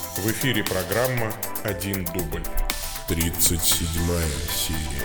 В эфире программа «Один дубль». 37-я серия.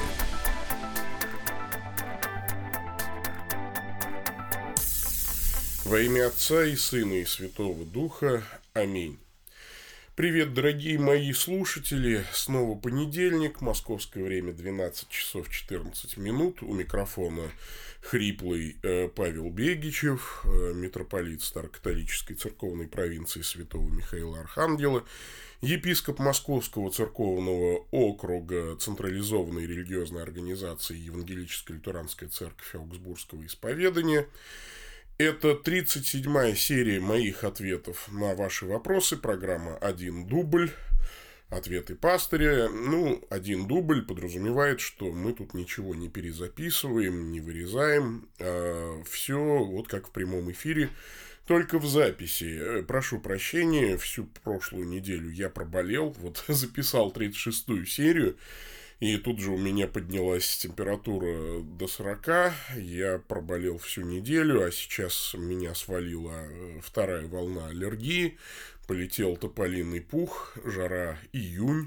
Во имя Отца и Сына и Святого Духа. Аминь. Привет, дорогие мои слушатели. Снова понедельник, московское время 12 часов 14 минут. У микрофона хриплый Павел Бегичев, митрополит Старокатолической церковной провинции Святого Михаила Архангела, епископ Московского церковного округа централизованной религиозной организации Евангелическая лютеранская церковь Аугсбургского исповедания. Это 37-я серия моих ответов на ваши вопросы. Программа «Один дубль». Ответы пастыря. Один дубль подразумевает, что мы тут ничего не перезаписываем, не вырезаем. Все вот как в прямом эфире, только в записи. Прошу прощения, всю прошлую неделю я проболел. Вот записал 36-ю серию. И тут же у меня поднялась температура до 40, я проболел всю неделю, а сейчас меня свалила вторая волна аллергии, полетел тополиный пух, жара июнь,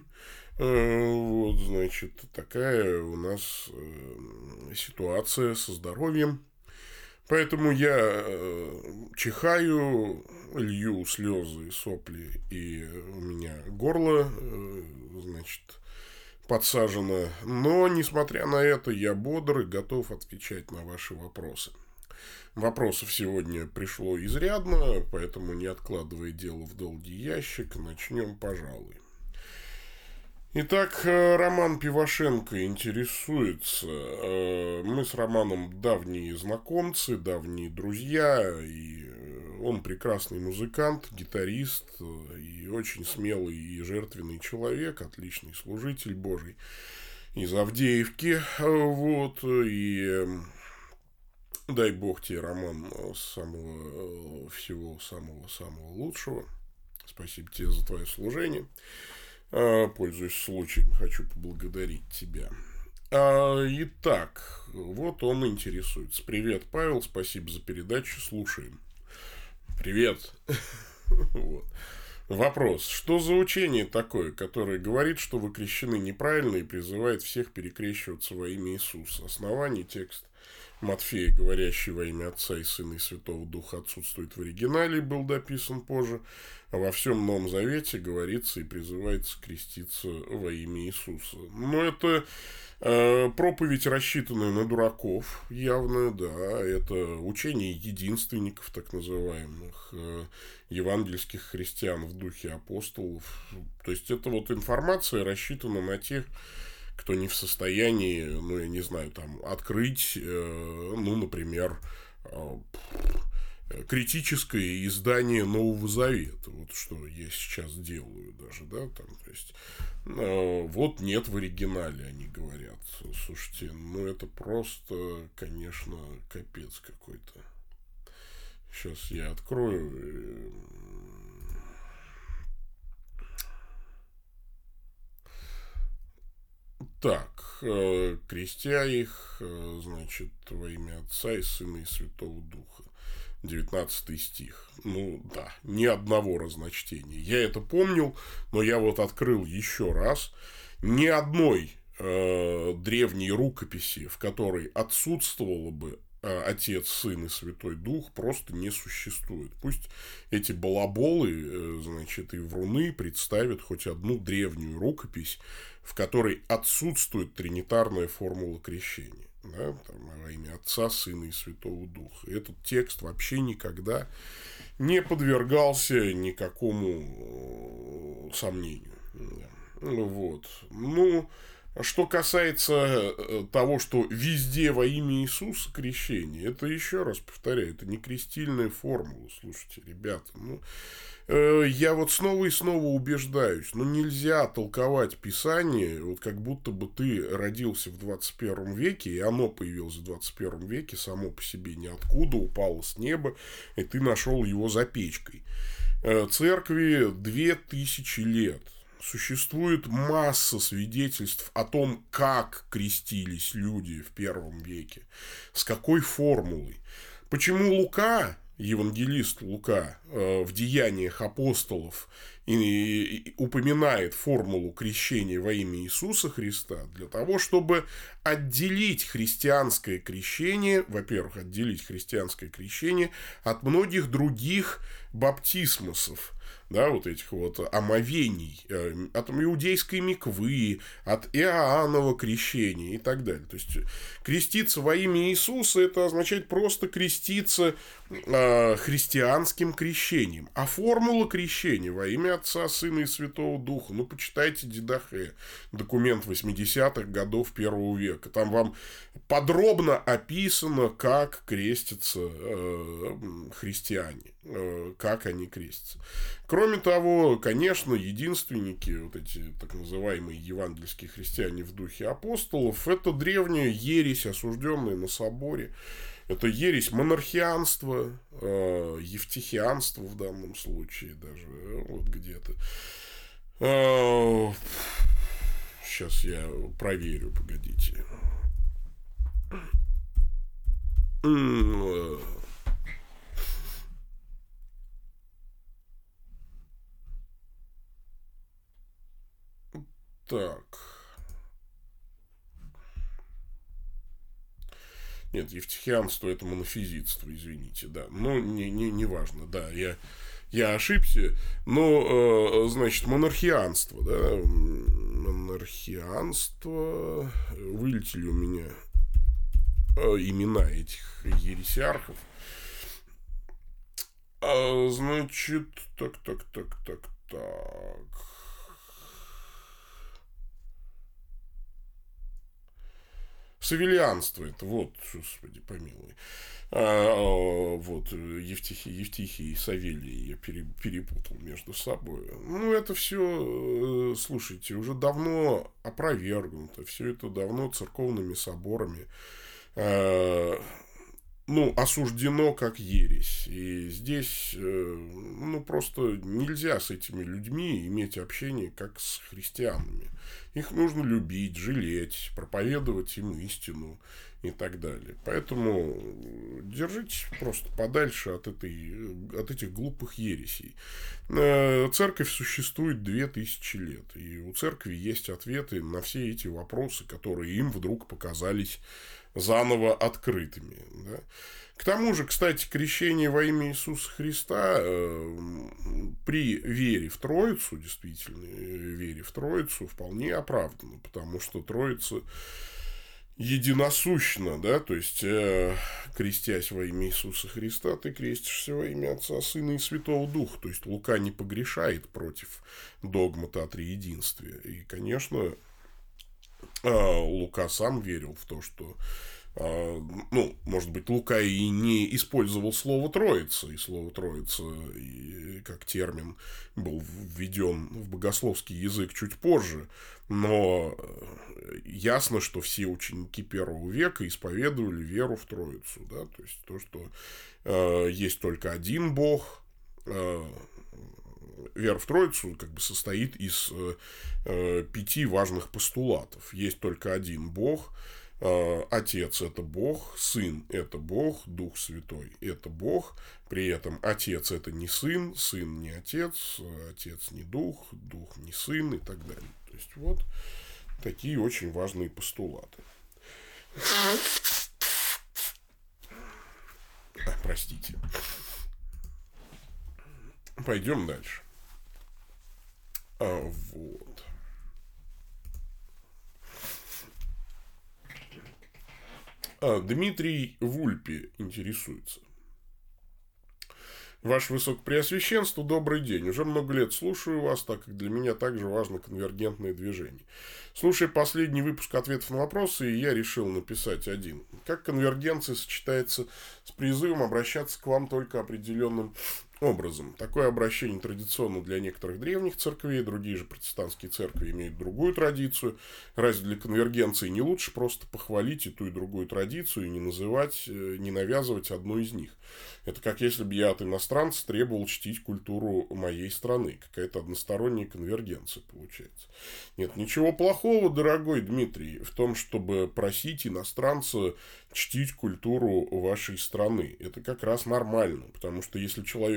такая у нас ситуация со здоровьем. Поэтому я чихаю, лью слезы, сопли, и у меня горло, подсажено. Но, несмотря на это, я бодр и готов отвечать на ваши вопросы. Вопросов сегодня пришло изрядно, поэтому, не откладывая дело в долгий ящик, начнем, пожалуй. Итак, Роман Пивошенко интересуется. Мы с Романом давние знакомцы, давние друзья, и он прекрасный музыкант, гитарист, и очень смелый и жертвенный человек, отличный служитель Божий из Авдеевки. И дай Бог тебе, Роман, всего самого лучшего. Спасибо тебе за твое служение. Пользуясь случаем, хочу поблагодарить тебя. Итак, вот он интересуется. Привет, Павел, спасибо за передачу, слушаем. Привет. Вопрос. Что за учение такое, которое говорит, что вы крещены неправильно и призывает всех перекрещиваться во имя Иисуса? Основание: текст Матфея, говорящий во имя Отца и Сына и Святого Духа, отсутствует в оригинале и был дописан позже. А во всем Новом Завете говорится и призывается креститься во имя Иисуса. Но это проповедь, рассчитанная на дураков, явно, да. Это учение единственников, так называемых, евангельских христиан в духе апостолов. То есть, это вот информация рассчитана на тех, кто не в состоянии, открыть, например, критическое издание Нового Завета. Вот что я сейчас делаю даже, да, там, то есть, вот нет в оригинале, они говорят. Слушайте, это просто, конечно, капец какой-то. Сейчас я открою. Так, крестя их, во имя Отца и Сына и Святого Духа. 19 стих. Ни одного разночтения. Я это помнил, но я вот открыл еще раз. Ни одной древней рукописи, в которой отсутствовало бы Отец, Сын и Святой Дух, просто не существует. Пусть эти балаболы, и вруны представят хоть одну древнюю рукопись, в которой отсутствует тринитарная формула крещения. Да, во имя Отца, Сына и Святого Духа. Этот текст вообще никогда не подвергался никакому сомнению. Что касается того, что везде во имя Иисуса крещение, это, еще раз повторяю, это не крестильная формула. Слушайте, ребята, я вот снова и снова убеждаюсь, нельзя толковать Писание, вот как будто бы ты родился в 21 веке, и оно появилось в 21 веке, само по себе ниоткуда, упало с неба, и ты нашел его за печкой. Церкви 2000 лет. Существует масса свидетельств о том, как крестились люди в первом веке, с какой формулой. Почему Лука, евангелист Лука, в Деяниях апостолов и упоминает формулу крещения во имя Иисуса Христа для того, чтобы отделить христианское крещение, во-первых, отделить христианское крещение от многих других баптисмосов, да, вот этих вот омовений, от иудейской миквы, от Иоаннова крещения и так далее. То есть, креститься во имя Иисуса – это означает просто креститься христианским крещением. А формула крещения во имя Отца, Сына и Святого Духа, ну, почитайте Дидахе, документ 80-х годов первого века. Там вам подробно описано, как крестятся христиане, как они крестятся. Кроме того, конечно, единственники, вот эти так называемые евангельские христиане в духе апостолов, это древняя ересь, осужденная на соборе. Это ересь монархианства, евтихианства в данном случае даже, вот где-то. Сейчас я проверю, погодите. Так. Нет, евтихианство – это монофизитство, извините, да. Ну, не важно, да, я ошибся. Но, значит, монархианство, да. Монархианство. Вылетели у меня имена этих ересиархов. Значит, так. Савелианство это, вот, господи помилуй. Вот, Евтихий и Савелий я перепутал между собой. Ну, это все, слушайте, уже давно опровергнуто. Все это давно церковными соборами осуждено как ересь. И здесь, просто нельзя с этими людьми иметь общение как с христианами. Их нужно любить, жалеть, проповедовать им истину и так далее. Поэтому держитесь просто подальше от этих глупых ересей. Церковь существует 2000 лет. И у церкви есть ответы на все эти вопросы, которые им вдруг показались заново открытыми. Да? К тому же, кстати, крещение во имя Иисуса Христа при вере в Троицу, действительно, вере в Троицу вполне оправдано, потому что Троица единосущна, да, то есть, крестясь во имя Иисуса Христа, ты крестишься во имя Отца, Сына и Святого Духа, то есть, Лука не погрешает против догмата о триединстве, и, конечно, Лука сам верил в то, что может быть, Лука и не использовал слово «троица», и слово «троица» как термин был введен в богословский язык чуть позже, но ясно, что все ученики первого века исповедовали веру в Троицу, да, то есть, то, что есть только один Бог. Вера в Троицу как бы состоит из 5 важных постулатов. Есть только один Бог. Отец – это Бог, Сын – это Бог, Дух Святой – это Бог. При этом Отец – это не Сын, Сын не Отец, Отец не Дух, Дух не Сын и так далее. То есть, вот такие очень важные постулаты. Простите. Пойдем дальше. Вот. Дмитрий Вульпи интересуется. Ваше Высокопреосвященство, добрый день. Уже много лет слушаю вас, так как для меня также важно конвергентное движение. Слушая последний выпуск ответов на вопросы, я решил написать один. Как конвергенция сочетается с призывом обращаться к вам только определенным образом? Такое обращение традиционно для некоторых древних церквей, другие же протестантские церкви имеют другую традицию. Разве для конвергенции не лучше просто похвалить и ту, и другую традицию, и не навязывать одну из них? Это как если бы я от иностранца требовал чтить культуру моей страны. Какая-то односторонняя конвергенция получается. Нет, ничего плохого, дорогой Дмитрий, в том, чтобы просить иностранца чтить культуру вашей страны. Это как раз нормально, потому что если человек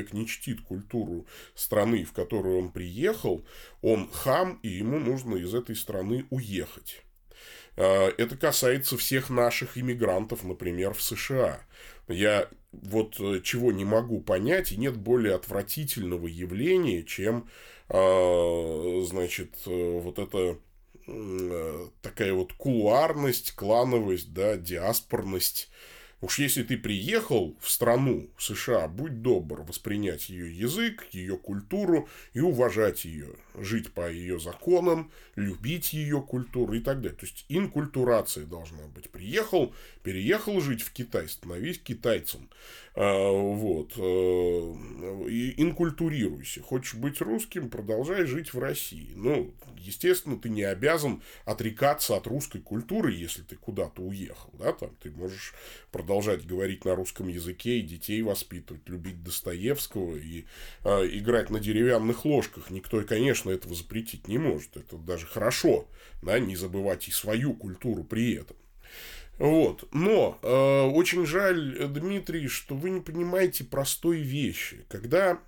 человек не чтит культуру страны, в которую он приехал, он хам, и ему нужно из этой страны уехать. Это касается всех наших иммигрантов, например, в США. Я вот чего не могу понять, и нет более отвратительного явления, чем, значит, вот это такая вот кулуарность, клановость, да, диаспорность. Уж если ты приехал в страну США, будь добр воспринять ее язык, ее культуру и уважать ее, жить по ее законам, любить ее культуру и так далее. То есть инкультурация должна быть. Переехал жить в Китай, становись китайцем. Вот. И инкультурируйся. Хочешь быть русским, продолжай жить в России. Ну, естественно, ты не обязан отрекаться от русской культуры, если ты куда-то уехал. Да? Там ты можешь продолжать говорить на русском языке и детей воспитывать, любить Достоевского и играть на деревянных ложках. Никто, конечно, этого запретить не может. Это даже хорошо, да, не забывать и свою культуру при этом. Вот. Но очень жаль, Дмитрий, что вы не понимаете простой вещи. Когда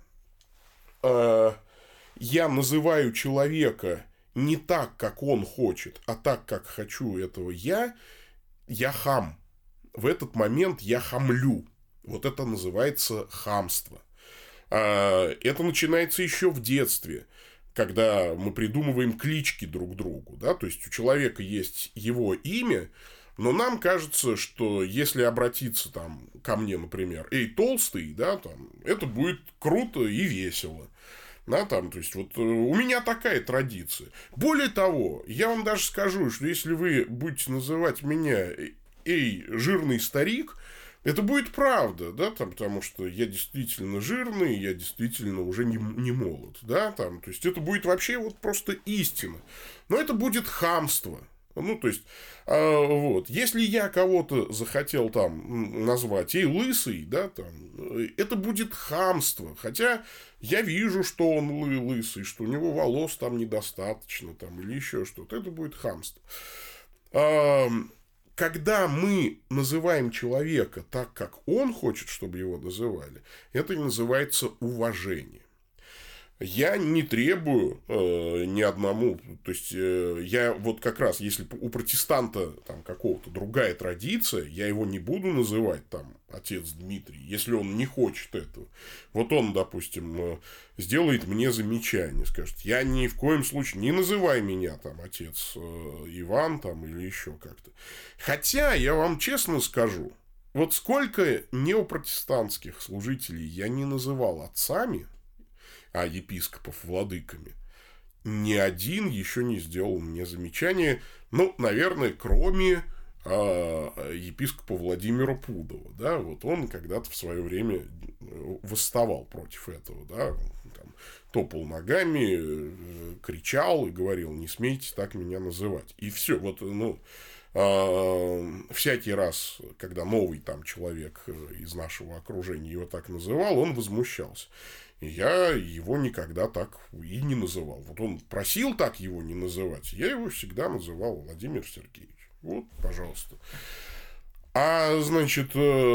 я называю человека не так, как он хочет, а так, как хочу этого я хам. В этот момент я хамлю. Вот это называется хамство. Это начинается еще в детстве, когда мы придумываем клички друг другу. Да? То есть у человека есть его имя, но нам кажется, что если обратиться там, ко мне, например, «Эй, толстый», да, там, это будет круто и весело. Да, там, то есть, вот у меня такая традиция. Более того, я вам даже скажу, что если вы будете называть меня «Эй, жирный старик», это будет правда, да, там, потому что я действительно жирный, я действительно уже не молод, да, там, то есть, это будет вообще вот просто истина. Но это будет хамство. Ну, то есть, вот, если я кого-то захотел там назвать «Эй, лысый», да, там, это будет хамство, хотя я вижу, что он лысый, что у него волос там недостаточно, там, или еще что-то, это будет хамство. Когда мы называем человека так, как он хочет, чтобы его называли, это называется уважение. Я не требую ни одному, то есть, я вот как раз, если у протестанта там какого-то другая традиция, я его не буду называть там отец Дмитрий, если он не хочет этого. Вот он, допустим, сделает мне замечание, скажет, я ни в коем случае не называй меня там отец Иван там или еще как-то. Хотя, я вам честно скажу, вот сколько неопротестантских служителей я не называл отцами, а епископов владыками, ни один еще не сделал мне замечание, ну, наверное, кроме епископа Владимира Пудова, да, вот он когда-то в свое время восставал против этого, да, там, топал ногами, кричал и говорил, не смейте так меня называть. И все, вот, ну, всякий раз, когда новый там человек из нашего окружения его так называл, он возмущался. И я его никогда так и не называл. Вот он просил так его не называть, я его всегда называл Владимир Сергеевич. Вот, пожалуйста. А, значит,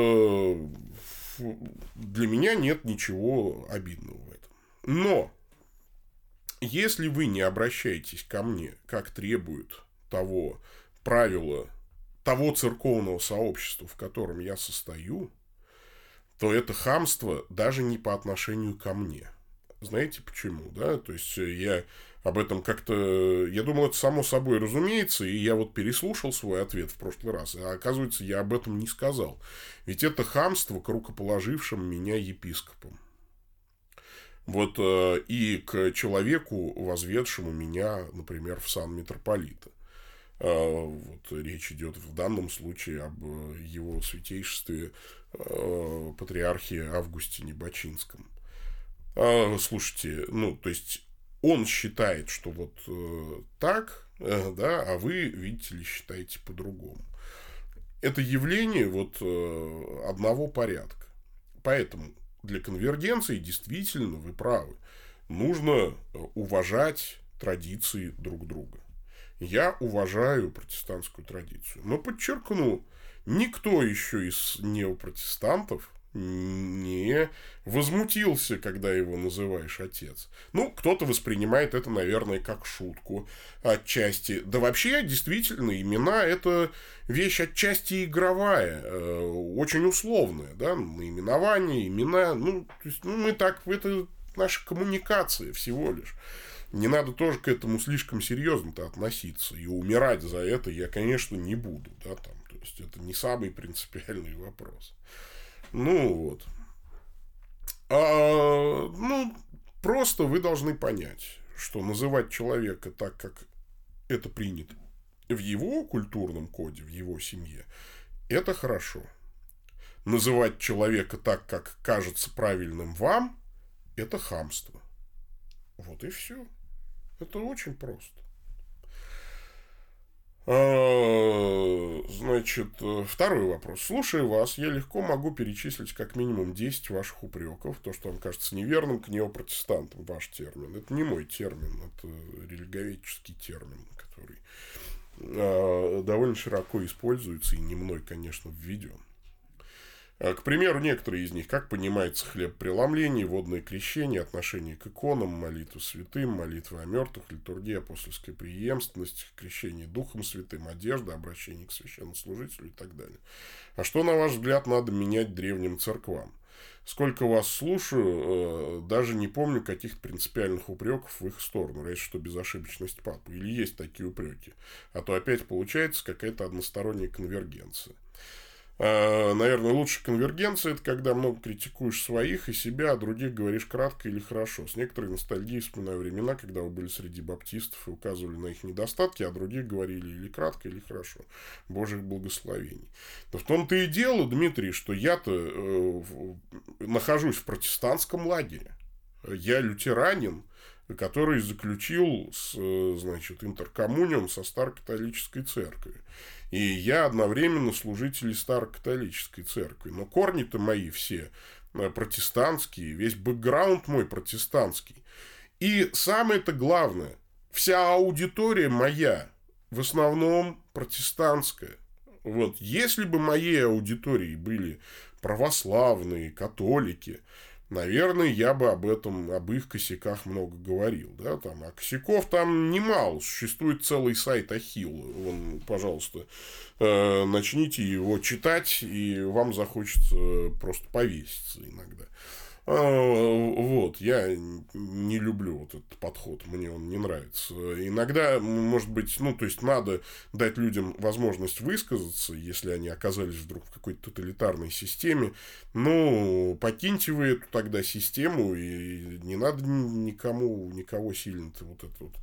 для меня нет ничего обидного в этом. Но, если вы не обращаетесь ко мне, как требует того правила, того церковного сообщества, в котором я состою, то это хамство даже не по отношению ко мне. Знаете почему, да? То есть, я об этом как-то... Я думал, это само собой разумеется, и я вот переслушал свой ответ в прошлый раз, а оказывается, я об этом не сказал. Ведь это хамство к рукоположившим меня епископам. Вот и к человеку, возведшему меня, например, в сан митрополита. Вот речь идет в данном случае об его святейшестве патриархе Августине Бачинском. Слушайте, ну, то есть, он считает, что вот так, да, а вы, видите ли, считаете по-другому. Это явление вот одного порядка. Поэтому для конвергенции действительно вы правы. Нужно уважать традиции друг друга. Я уважаю протестантскую традицию. Но подчеркну, никто еще из неопротестантов не возмутился, когда его называешь отец. Ну, кто-то воспринимает это, наверное, как шутку отчасти. Да вообще, действительно, имена – это вещь отчасти игровая, очень условная, да, наименование, имена, ну, то есть, ну, мы так, это наша коммуникация всего лишь. Не надо тоже к этому слишком серьезно-то относиться. И умирать за это я, конечно, не буду, да, там, то есть, это не самый принципиальный вопрос. Ну, вот. Ну, просто вы должны понять, что называть человека так, как это принято в его культурном коде, в его семье, это хорошо. Называть человека так, как кажется правильным вам, это хамство. Вот и все. Это очень просто. Значит, второй вопрос. Слушая вас, я легко могу перечислить как минимум 10 ваших упреков. То, что вам кажется неверным, к неопротестантам, ваш термин. Это не мой термин, это религоведческий термин, который довольно широко используется и не мной, конечно, введен. К примеру, некоторые из них, как понимается хлебопреломление, водное крещение, отношение к иконам, молитвы святым, молитвы о мертвых, литургия, апостольская преемственность, крещение Духом Святым, одежда, обращение к священнослужителю и так далее. А что, на ваш взгляд, надо менять древним церквам? Сколько вас слушаю, даже не помню каких-то принципиальных упреков в их сторону, разве что безошибочность папы. Или есть такие упреки? А то опять получается какая-то односторонняя конвергенция. Наверное, лучше конвергенция – это когда много критикуешь своих и себя, а других говоришь кратко или хорошо. С некоторой ностальгией вспоминаю времена, когда вы были среди баптистов и указывали на их недостатки, а других говорили или кратко, или хорошо. Божьих благословений. Но в том-то и дело, Дмитрий, что я-то нахожусь в протестантском лагере. Я лютеранин, который заключил, значит, интеркоммуниум со Старокатолической церковью. И я одновременно служитель Старокатолической церкви. Но корни-то мои все протестантские, весь бэкграунд мой протестантский. И самое-то главное, вся аудитория моя в основном протестантская. Вот. Если бы моей аудиторией были православные, католики, наверное, я бы об их косяках много говорил. Да? Там, а косяков там немало. Существует целый сайт Ахилла. Вон, пожалуйста, начните его читать, и вам захочется просто повеситься иногда. Вот, я не люблю вот этот подход, мне он не нравится. Иногда, может быть, ну, то есть, надо дать людям возможность высказаться, если они оказались вдруг в какой-то тоталитарной системе. Ну, покиньте вы эту тогда систему, и не надо никого сильно-то вот это вот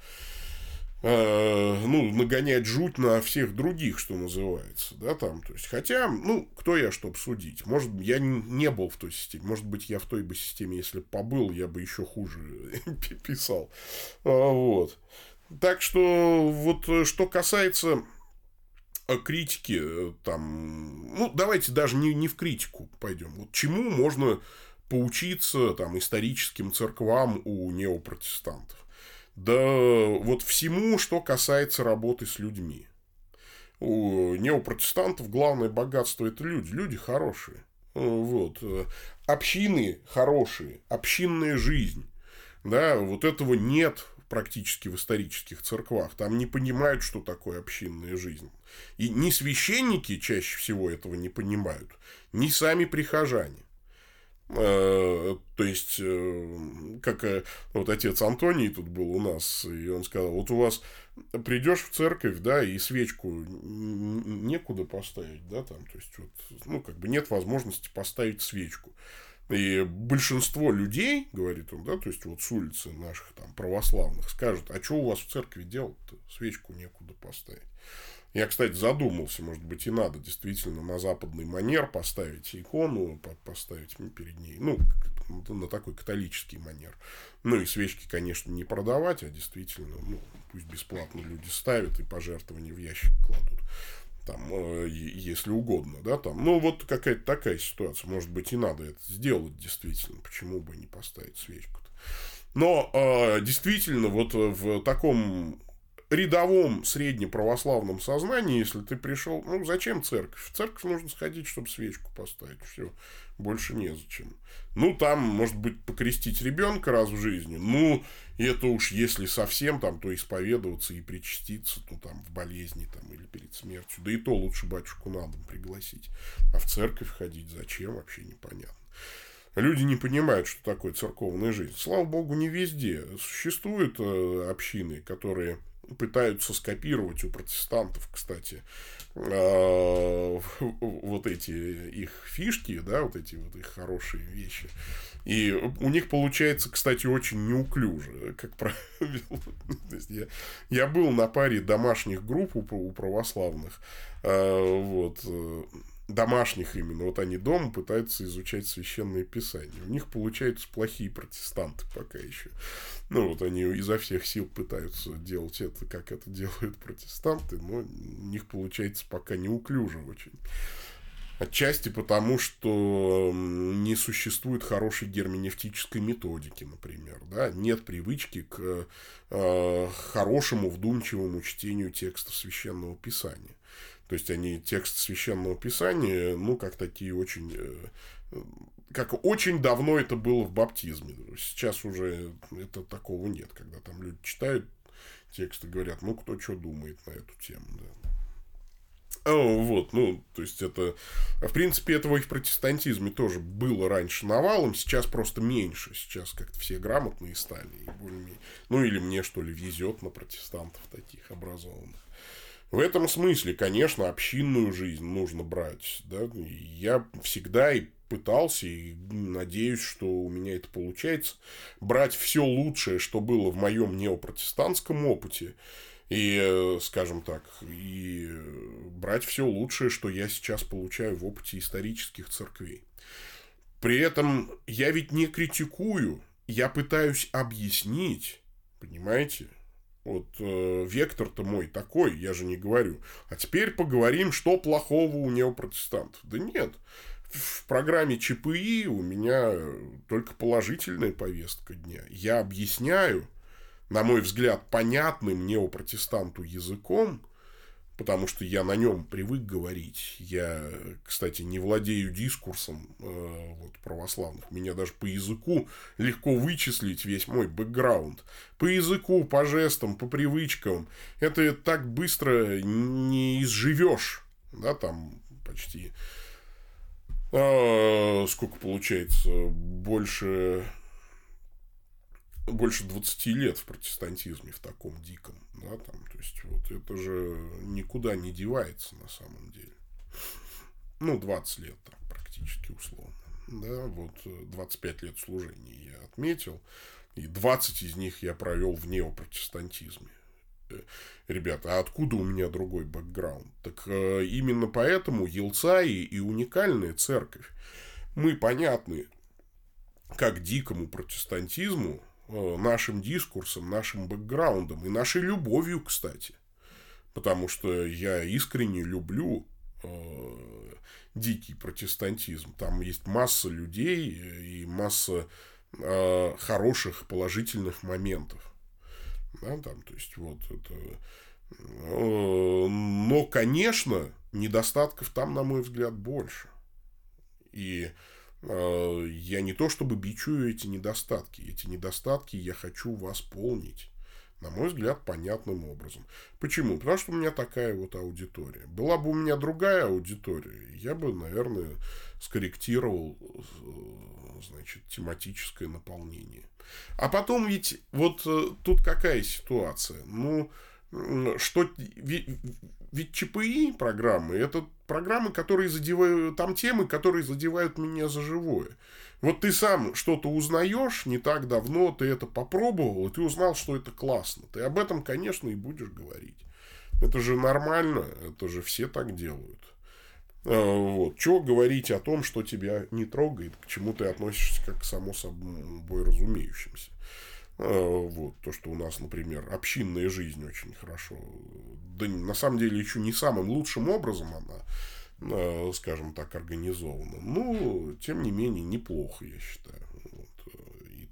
нагонять жуть на всех других, что называется, да, там, то есть, хотя, ну, кто я, чтобы судить, может, я не был в той системе, может быть, я в той бы системе, если бы побыл, я бы еще хуже писал, вот, так что, вот, что касается критики, там, ну, давайте даже не в критику пойдем, вот, чему можно поучиться, там, историческим церквам у неопротестантов. Да вот всему, что касается работы с людьми. У неопротестантов главное богатство – это люди. Люди хорошие. Вот. Общины хорошие. Общинная жизнь. Да, вот этого нет практически в исторических церквах. Там не понимают, что такое общинная жизнь. И ни священники чаще всего этого не понимают, ни сами прихожане. То есть, как вот отец Антоний тут был у нас, и он сказал, вот у вас придешь в церковь, да, и свечку некуда поставить, да, там, то есть, вот, ну, как бы нет возможности поставить свечку. И большинство людей, говорит он, да, то есть, вот с улицы наших там православных скажут, а что у вас в церкви делать-то? Свечку некуда поставить. Я, кстати, задумался, может быть, и надо действительно на западный манер поставить икону, поставить перед ней, ну, на такой католический манер. Ну, и свечки, конечно, не продавать, а действительно, ну, пусть бесплатно люди ставят и пожертвования в ящик кладут. Там, если угодно, да, там. Ну, вот какая-то такая ситуация. Может быть, и надо это сделать, действительно. Почему бы не поставить свечку-то? Но, действительно, вот в таком рядовом среднеправославном сознании, если ты пришел, ну, зачем церковь? В церковь нужно сходить, чтобы свечку поставить. Все, больше незачем. Ну, там, может быть, покрестить ребенка раз в жизни. Ну, это уж если совсем, там, то исповедоваться и причаститься, ну, там, в болезни, там, или перед смертью. Да и то лучше батюшку на дом пригласить. А в церковь ходить зачем, вообще непонятно. Люди не понимают, что такое церковная жизнь. Слава богу, не везде. Существуют общины, которые пытаются скопировать у протестантов, кстати, вот эти их фишки, да, вот эти вот их хорошие вещи. И у них получается, кстати, очень неуклюже, как правило. То есть я был на паре домашних групп у православных, вот, домашних именно, вот они дома пытаются изучать священное писание. У них получаются плохие протестанты пока еще. Ну, вот они изо всех сил пытаются делать это, как это делают протестанты, но у них получается пока неуклюже очень. Отчасти потому, что не существует хорошей герменевтической методики, например. Да? Нет привычки к хорошему вдумчивому чтению текстов священного писания. То есть они текст священного писания, ну, как такие очень... Как очень давно это было в баптизме. Сейчас уже это такого нет, когда там люди читают текст и говорят, ну, кто что думает на эту тему. Да. Вот, ну, то есть это... В принципе, этого и в протестантизме тоже было раньше навалом, сейчас просто меньше. Сейчас как-то все грамотные стали. И более-менее... Ну, или мне, что ли, везет на протестантов таких образованных. В этом смысле, конечно, общинную жизнь нужно брать. Да? Я всегда и пытался, и надеюсь, что у меня это получается, брать все лучшее, что было в моем неопротестантском опыте, и, скажем так, и брать все лучшее, что я сейчас получаю в опыте исторических церквей. При этом я ведь не критикую, я пытаюсь объяснить, понимаете? Вот вектор-то мой такой, я же не говорю. А теперь поговорим, что плохого у неопротестантов. Да нет, в программе ЧПИ у меня только положительная повестка дня. Я объясняю, на мой взгляд, понятным неопротестанту языком, потому что я на нем привык говорить. Я, кстати, не владею дискурсом вот, православных. Меня даже по языку легко вычислить весь мой бэкграунд. По языку, по жестам, по привычкам. Это так быстро не изживешь. Да, там почти... сколько получается? Больше 20 лет в протестантизме в таком диком. Да, там, то есть, вот это же никуда не девается на самом деле. Ну, 20 лет так, практически условно. Да, вот 25 лет служения я отметил. И 20 из них я провел в неопротестантизме. Ребята, а откуда у меня другой бэкграунд? Так именно поэтому Елцаи и уникальная церковь. Мы понятны как дикому протестантизму, нашим дискурсом, нашим бэкграундом и нашей любовью, кстати. Потому что я искренне люблю дикий протестантизм. Там есть масса людей и масса хороших, положительных моментов. Да, там, то есть, вот это... Но, конечно, недостатков там, на мой взгляд, больше. И я не то чтобы бичую эти недостатки. Эти недостатки я хочу восполнить, на мой взгляд, понятным образом. Почему? Потому что у меня такая вот аудитория. Была бы у меня другая аудитория, я бы, наверное, скорректировал, значит, тематическое наполнение. А потом ведь вот тут какая ситуация? Ну, что... Ведь ЧПИ программы, это программы, которые задевают, там темы, которые задевают меня за живое. Вот ты сам что-то узнаешь не так давно, ты это попробовал, и ты узнал, что это классно. Ты об этом, конечно, и будешь говорить. Это же нормально, это же все так делают. Вот. Чего говорить о том, что тебя не трогает, к чему ты относишься как к само собой разумеющимся. Вот. То, что у нас, например, общинная жизнь очень хорошо, да на самом деле еще не самым лучшим образом она, скажем так, организована. Но, тем не менее, неплохо, я считаю. Вот. И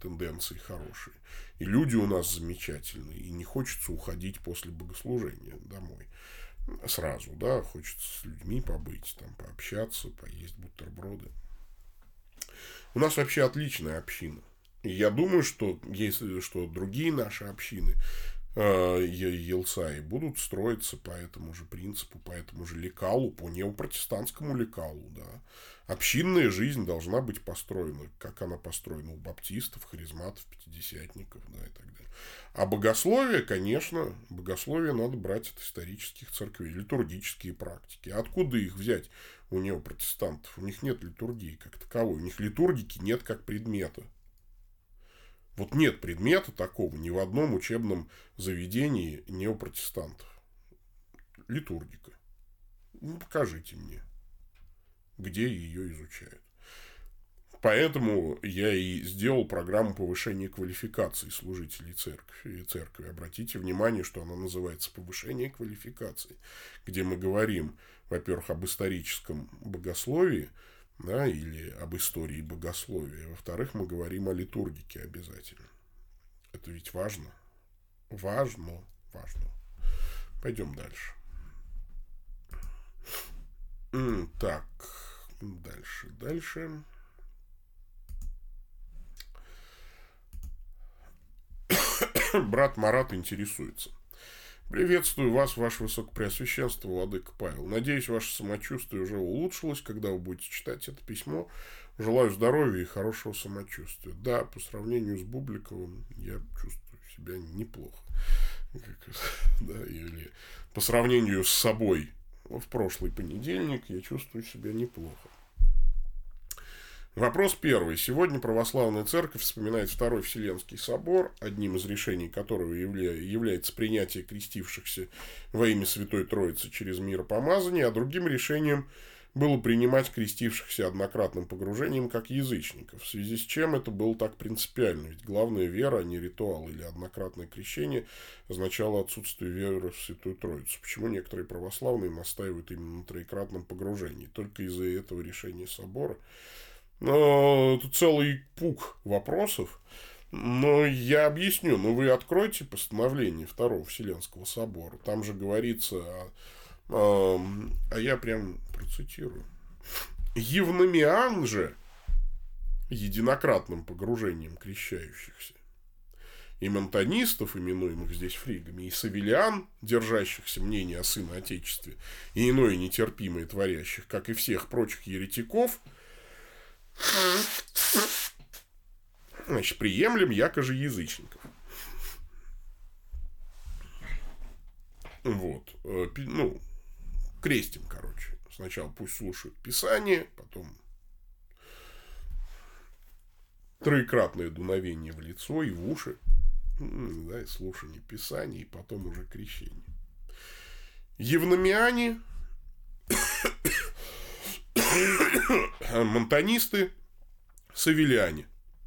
тенденции хорошие. И люди у нас замечательные. И не хочется уходить после богослужения домой сразу, да, хочется с людьми побыть, там, пообщаться, поесть бутерброды. У нас вообще отличная община. И я думаю, что если что другие наши общины Елцаи будут строиться по этому же принципу, по этому же лекалу, по неопротестантскому лекалу, да. Общинная жизнь должна быть построена, как она построена у баптистов, харизматов, пятидесятников, да, и так далее. А богословие, конечно, богословие надо брать от исторических церквей, литургические практики. Откуда их взять у неопротестантов? У них нет литургии как таковой, у них литургики нет как предмета. Вот нет предмета такого ни в одном учебном заведении неопротестантов. Литургика. Ну, покажите мне, где ее изучают. Поэтому я и сделал программу повышения квалификации служителей церкви. Обратите внимание, что она называется «Повышение квалификации», где мы говорим, во-первых, об историческом богословии, да, или об истории богословия. Во-вторых, мы говорим о литургике обязательно. Это ведь важно. Важно. Пойдем дальше. Так, дальше. Брат Марат интересуется. Приветствую вас, ваше высокопреосвященство, владыка Павел. Надеюсь, ваше самочувствие уже улучшилось, когда вы будете читать это письмо. Желаю здоровья и хорошего самочувствия. Да, по сравнению с Бубликовым я чувствую себя неплохо. Да, или по сравнению с собой в прошлый понедельник я чувствую себя неплохо. Вопрос первый. Сегодня православная церковь вспоминает Второй Вселенский собор, одним из решений которого является принятие крестившихся во имя Святой Троицы через миропомазание, а другим решением было принимать крестившихся однократным погружением как язычников, в связи с чем это было так принципиально, ведь главная вера, а не ритуал или однократное крещение означало отсутствие веры в Святую Троицу. Почему некоторые православные настаивают именно на троекратном погружении? Только из-за этого решения собора? Тут целый пук вопросов, но я объясню. Вы откройте постановление Второго Вселенского собора. Там же говорится, а я прям процитирую. Евномиан же единократным погружением крещающихся, и монтанистов, именуемых здесь фригами, и савелиан, держащихся мнения о Сыне Отечестве, и иное нетерпимое творящих, как и всех прочих еретиков, значит, приемлем якоже язычников. Вот. Крестим, короче. Сначала пусть слушают Писание, потом троекратное дуновение в лицо и в уши, да, и слушание Писания, и потом уже крещение. Евномиане, монтанисты, савелиане.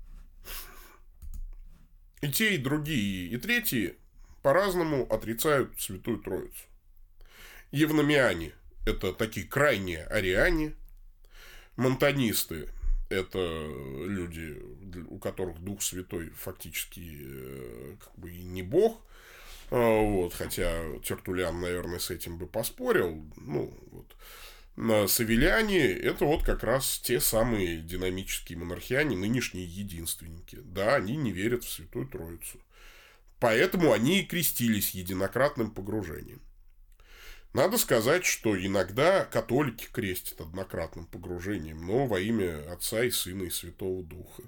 И те, и другие, и третьи по-разному отрицают Святую Троицу. Евномиане – это такие крайние ариане. Монтанисты – это люди, у которых Дух Святой фактически как бы и не Бог. Вот, хотя Тертуллиан, наверное, с этим бы поспорил. Савелиане – это вот как раз те самые динамические монархиане, нынешние единственники. Да, они не верят в Святую Троицу. Поэтому они и крестились единократным погружением. Надо сказать, что иногда католики крестят однократным погружением, но во имя Отца и Сына и Святого Духа.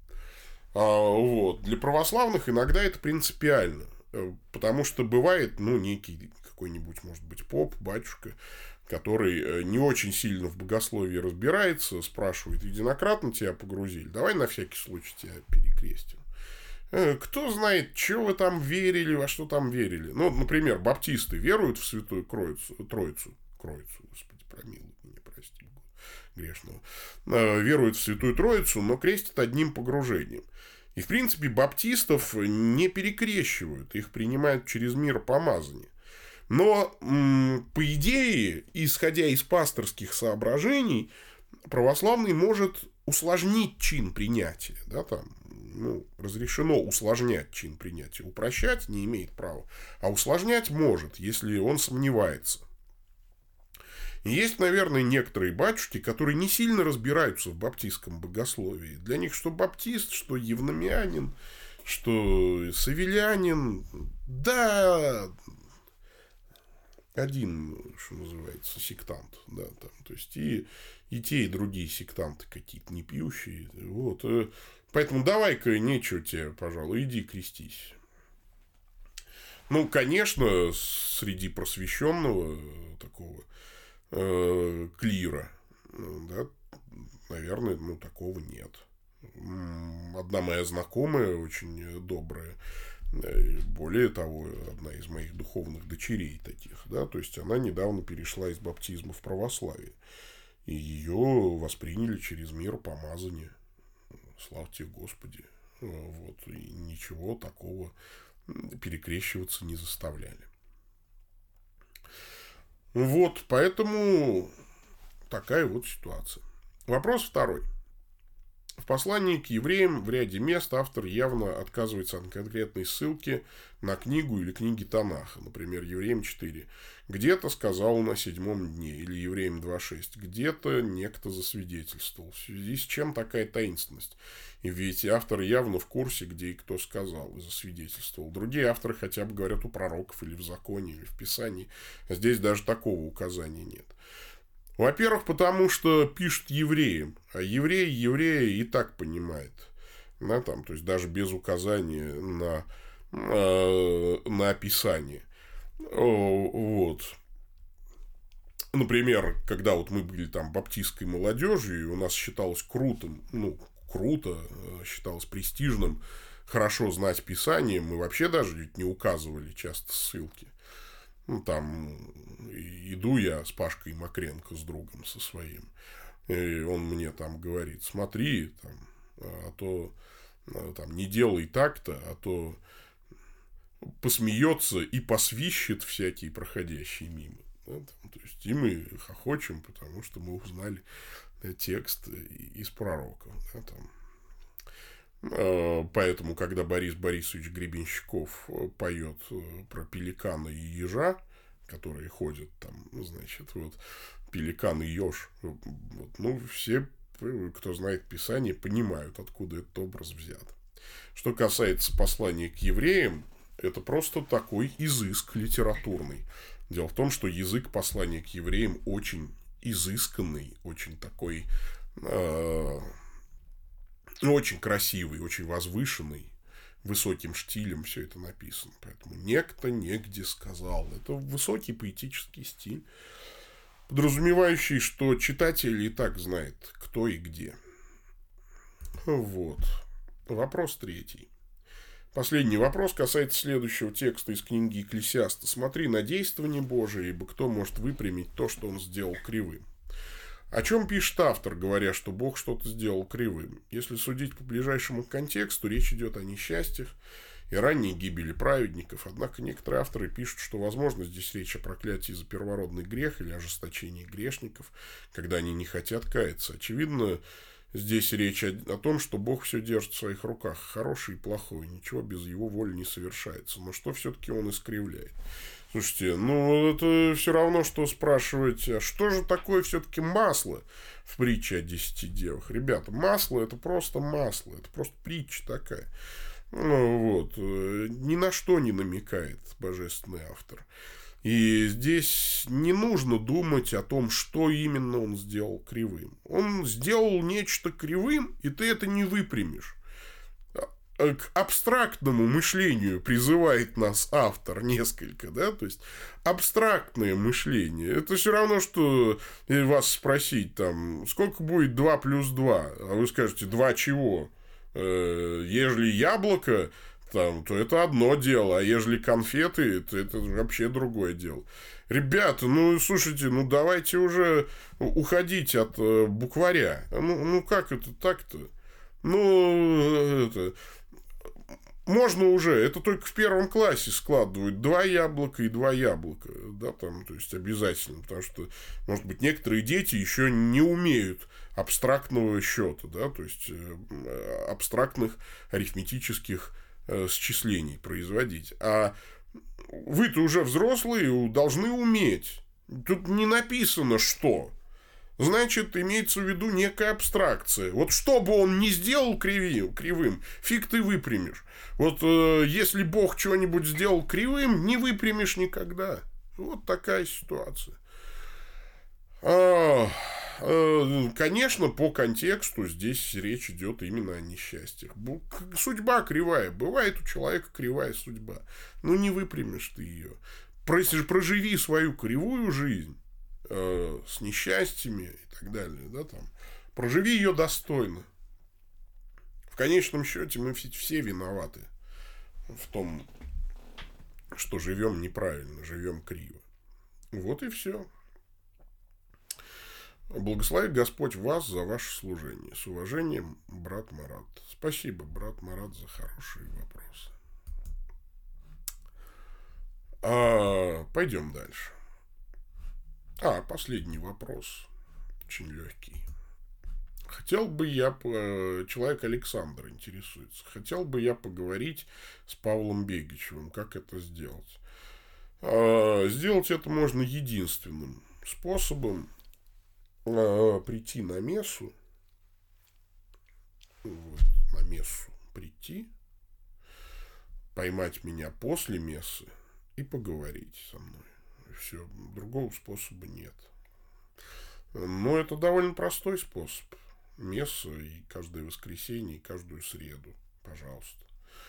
Для православных иногда это принципиально, потому что бывает, некий какой-нибудь, может быть, поп, батюшка, который не очень сильно в богословии разбирается, спрашивает: единократно тебя погрузили? Давай на всякий случай тебя перекрестим. Кто знает, что вы там верили, во что там верили. Например, баптисты веруют в Святую Троицу, Господи, помилуй меня, прости, грешного, веруют в Святую Троицу, но крестят одним погружением. И, в принципе, баптистов не перекрещивают, их принимают через миропомазание. Но, по идее, исходя из пасторских соображений, православный может усложнить чин принятия. Да, там, разрешено усложнять чин принятия. Упрощать не имеет права. А усложнять может, если он сомневается. И есть, наверное, некоторые батюшки, которые не сильно разбираются в баптистском богословии. Для них что баптист, что евномианин, что савелянин, да, один, что называется, сектант, да, там, то есть и те, и другие сектанты какие-то не пьющие, вот, поэтому давай-ка нечего тебе, пожалуй, иди крестись. Конечно, среди просвещенного такого клира, да, наверное, такого нет. Одна моя знакомая, очень добрая, более того, одна из моих духовных дочерей таких, да, то есть она недавно перешла из баптизма в православие, и ее восприняли через миропомазание. Слава тебе, Господи. Вот, и ничего такого перекрещиваться не заставляли. Вот, поэтому такая вот ситуация. Вопрос второй. В послании к евреям в ряде мест автор явно отказывается от конкретной ссылки на книгу или книги Танаха. Например, Евреям 4. Где-то сказал на 7-м дне. Или Евреям 2.6. Где-то некто засвидетельствовал. В связи с чем такая таинственность? И ведь автор явно в курсе, где и кто сказал и засвидетельствовал. Другие авторы хотя бы говорят у пророков или в законе, или в Писании. А здесь даже такого указания нет. Во-первых, потому что пишет евреям, а еврея и так понимает. Да, там, то есть, даже без указания на описание. Вот. Например, когда вот мы были там баптистской молодежью, и у нас считалось круто, считалось престижным, хорошо знать Писание, мы вообще даже ведь не указывали часто ссылки. Там иду я с Пашкой Макренко, с другом со своим, и он мне там говорит: смотри, там, а то там, не делай так-то, а то посмеется и посвищет всякий проходящий мимо. Да, там, то есть, и мы хохочем, потому что мы узнали текст из пророков. Да, там. Поэтому, когда Борис Борисович Гребенщиков поет про пеликана и ежа, которые ходят там, значит, вот, пеликан и еж, вот, все, кто знает Писание, понимают, откуда этот образ взят. Что касается послания к евреям, это просто такой изыск литературный. Дело в том, что язык послания к евреям очень изысканный, очень такой... очень красивый, очень возвышенный, высоким штилем все это написано. Поэтому некто негде сказал. Это высокий поэтический стиль, подразумевающий, что читатель и так знает, кто и где. Вот. Вопрос третий. Последний вопрос касается следующего текста из книги Екклесиаста. «Смотри на действование Божие, ибо кто может выпрямить то, что он сделал кривым?» О чем пишет автор, говоря, что Бог что-то сделал кривым? Если судить по ближайшему контексту, речь идет о несчастьях и ранней гибели праведников. Однако некоторые авторы пишут, что, возможно, здесь речь о проклятии за первородный грех или ожесточении грешников, когда они не хотят каяться. Очевидно, здесь речь о том, что Бог все держит в своих руках, хороший и плохой, ничего без его воли не совершается. Но что все-таки он искривляет? Слушайте, это все равно, что спрашивать, а что же такое все-таки масло в притче о 10 девах? Ребята, масло – это просто притча такая. Ни на что не намекает божественный автор. И здесь не нужно думать о том, что именно он сделал кривым. Он сделал нечто кривым, и ты это не выпрямишь. К абстрактному мышлению призывает нас автор несколько, да, то есть абстрактное мышление. Это все равно, что вас спросить, там, сколько будет 2 плюс 2, а вы скажете, 2 чего? Ежели яблоко, там, то это одно дело, а ежели конфеты, то это вообще другое дело. Ребята, слушайте, давайте уже уходить от букваря. Как это так-то? можно уже, это только в первом классе складывают 2 яблока и 2 яблока, да, там, то есть обязательно, потому что, может быть, некоторые дети еще не умеют абстрактного счета, да, то есть абстрактных арифметических счислений производить. А вы-то уже взрослые, должны уметь. Тут не написано, что. Значит, имеется в виду некая абстракция. Вот что бы он ни сделал кривым, фиг ты выпрямишь. Вот если Бог что-нибудь сделал кривым, не выпрямишь никогда. Вот такая ситуация. Конечно, по контексту здесь речь идет именно о несчастьях. Судьба кривая. Бывает у человека кривая судьба. Но не выпрямишь ты ее. Проживи свою кривую жизнь с несчастьями и так далее. Да, там. Проживи ее достойно. В конечном счете мы все виноваты в том, что живем неправильно, живем криво. Вот и все. Благословит Господь вас за ваше служение. С уважением, брат Марат. Спасибо, брат Марат, за хорошие вопросы. Пойдем дальше. Последний вопрос. Очень легкий. Человек Александр интересуется. Хотел бы я поговорить с Павлом Бегичевым. Как это сделать? Сделать это можно единственным способом. Прийти на мессу, на мессу прийти, поймать меня после мессы и поговорить со мной. Все, другого способа нет. Но это довольно простой способ. Месса и каждое воскресенье, и каждую среду, пожалуйста.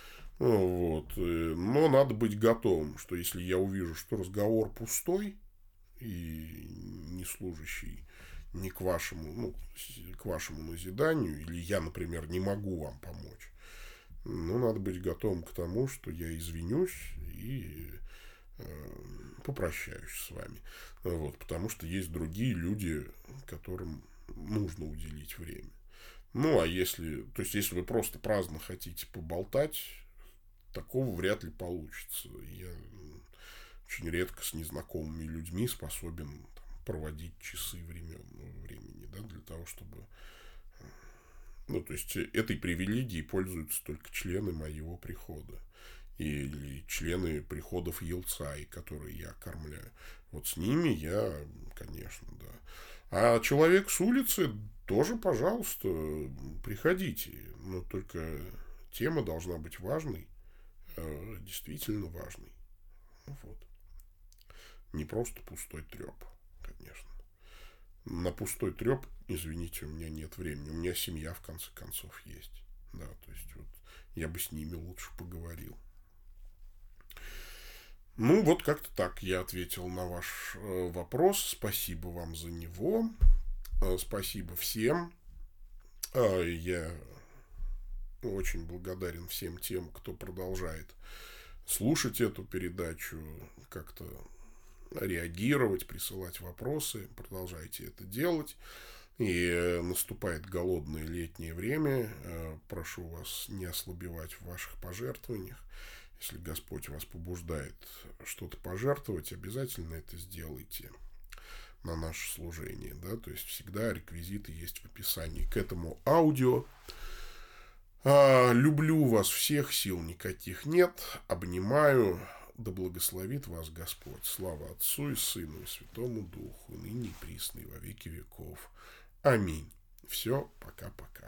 Но надо быть готовым, что если я увижу, что разговор пустой и не служащий не к вашему назиданию, или я, например, не могу вам помочь, надо быть готовым к тому, что я извинюсь и попрощаюсь с вами. Потому что есть другие люди, которым нужно уделить время. Если вы просто праздно хотите поболтать, такого вряд ли получится. Я очень редко с незнакомыми людьми способен проводить часы времени, да, для того, чтобы... этой привилегией пользуются только члены моего прихода. Или члены приходов Елцай, которые я кормляю. Вот с ними я, конечно, да. А человек с улицы тоже, пожалуйста, приходите. Но только тема должна быть важной, действительно важной. Не просто пустой треп. Конечно. На пустой треп, извините, у меня нет времени. У меня семья, в конце концов, есть. Да, то есть, я бы с ними лучше поговорил. Как-то так я ответил на ваш вопрос. Спасибо вам за него. Спасибо всем. Я очень благодарен всем тем, кто продолжает слушать эту передачу, как-то реагировать, присылать вопросы. Продолжайте это делать. И наступает голодное летнее время. Прошу вас не ослабевать в ваших пожертвованиях. Если Господь вас побуждает что-то пожертвовать, обязательно это сделайте на наше служение. Да? То есть, всегда реквизиты есть в описании к этому аудио. Люблю вас всех, сил никаких нет. Обнимаю. Да благословит вас Господь. Слава Отцу и Сыну и Святому Духу, ныне и присно и во веки веков. Аминь. Все, пока-пока.